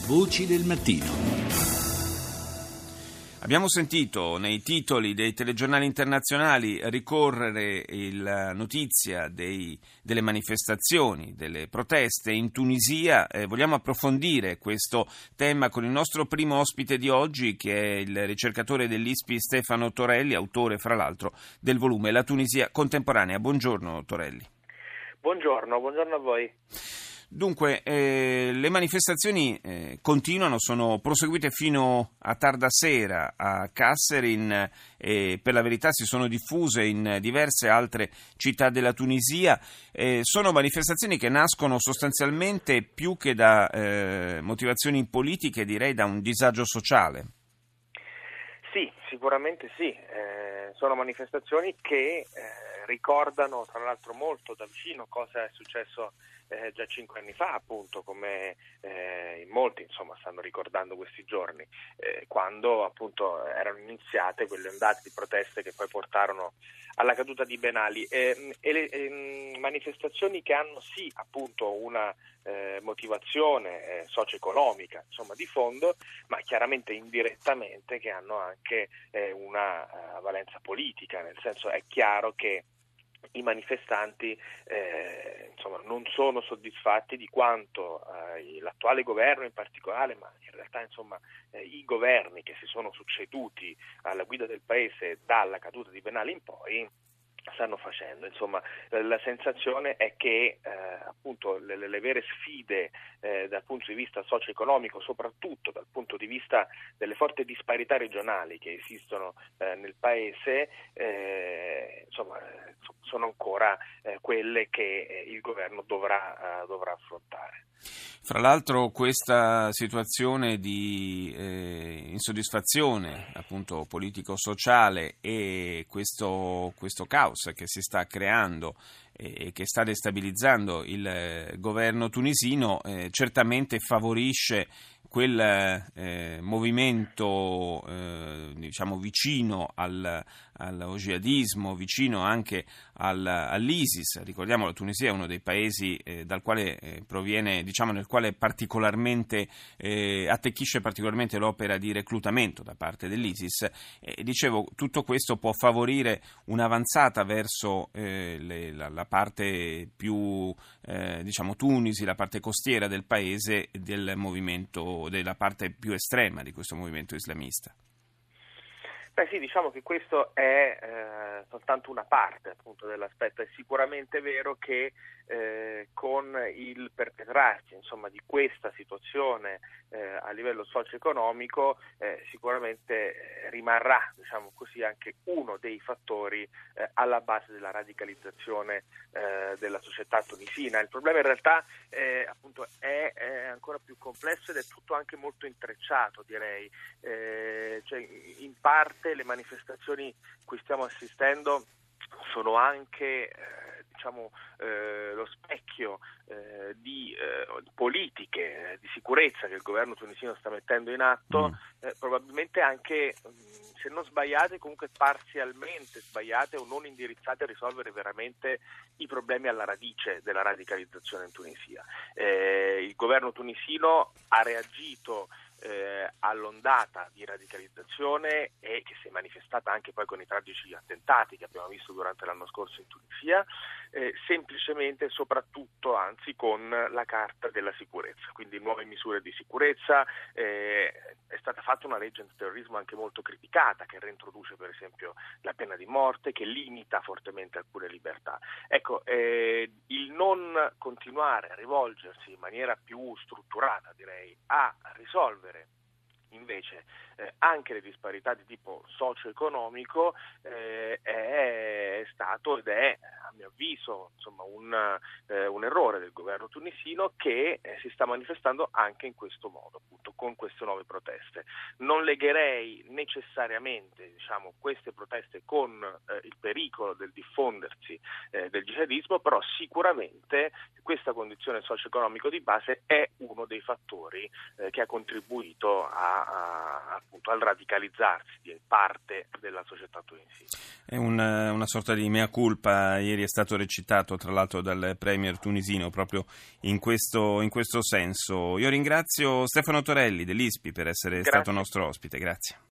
Voci del mattino. Abbiamo sentito nei titoli dei telegiornali internazionali ricorrere la notizia delle manifestazioni, delle proteste in Tunisia. Vogliamo approfondire questo tema con il nostro primo ospite di oggi, che è il ricercatore dell'ISPI Stefano Torelli, autore fra l'altro del volume La Tunisia contemporanea. Buongiorno Torelli. Buongiorno a voi. Dunque, le manifestazioni continuano, sono proseguite fino a tarda sera a Kasserine e per la verità si sono diffuse in diverse altre città della Tunisia. Sono manifestazioni che nascono sostanzialmente più che da motivazioni politiche, direi da un disagio sociale. Sì, sicuramente sì. Sono manifestazioni che ricordano tra l'altro molto da vicino cosa è successo già 5 anni fa, appunto, come in molti stanno ricordando questi giorni, quando appunto erano iniziate quelle ondate di proteste che poi portarono alla caduta di Ben Ali, e le manifestazioni che hanno sì appunto una motivazione socio-economica di fondo, ma chiaramente indirettamente che hanno anche una valenza politica, nel senso è chiaro che i manifestanti non sono soddisfatti di quanto l'attuale governo in particolare, ma in realtà i governi che si sono succeduti alla guida del paese dalla caduta di Ben Ali in poi stanno facendo. La sensazione è che appunto le vere sfide dal punto di vista socio-economico, soprattutto dal punto di vista delle forti disparità regionali che esistono nel paese, sono ancora quelle che il governo dovrà affrontare. Fra l'altro questa situazione di insoddisfazione appunto politico-sociale e questo caos che si sta creando e che sta destabilizzando il governo tunisino certamente favorisce quel movimento vicino allo jihadismo, vicino anche all'ISIS. Ricordiamo, la Tunisia è uno dei paesi dal quale proviene, nel quale particolarmente attecchisce particolarmente l'opera di reclutamento da parte dell'ISIS. Dicevo, tutto questo può favorire un'avanzata verso la parte più Tunisi, la parte costiera del paese, del movimento, della parte più estrema di questo movimento islamista. Beh sì, diciamo che questo è soltanto una parte appunto dell'aspetto. È sicuramente vero che con il perpetrarsi di questa situazione a livello socio-economico sicuramente rimarrà anche uno dei fattori alla base della radicalizzazione della società tunisina. Il problema in realtà appunto è ancora più complesso ed è tutto anche molto intrecciato, direi. In parte le manifestazioni cui stiamo assistendo sono anche lo specchio di politiche di sicurezza che il governo tunisino sta mettendo in atto, probabilmente anche se non sbagliate, comunque parzialmente sbagliate o non indirizzate a risolvere veramente i problemi alla radice della radicalizzazione in Tunisia. Il governo tunisino ha reagito all'ondata di radicalizzazione e che si è manifestata anche poi con i tragici attentati che abbiamo visto durante l'anno scorso in Tunisia, semplicemente e soprattutto anzi con la carta della sicurezza, quindi nuove misure di sicurezza. È stata fatta una legge antiterrorismo anche molto criticata, che reintroduce per esempio la pena di morte, che limita fortemente alcune libertà. Ecco, il non continuare a rivolgersi in maniera più strutturata, direi, a risolvere invece anche le disparità di tipo socio-economico è stato ed è, a mio avviso, un errore del governo tunisino che si sta manifestando anche in questo modo, appunto, con queste nuove proteste. Non legherei necessariamente queste proteste con il pericolo del diffondersi del jihadismo, però sicuramente questa condizione socio-economico di base è uno dei fattori che ha contribuito a appunto al radicalizzarsi di parte della società tunisina. È una sorta di mea culpa, ieri è stato recitato tra l'altro dal premier tunisino proprio in questo senso. Io ringrazio Stefano Torelli dell'ISPI per essere stato nostro ospite, grazie.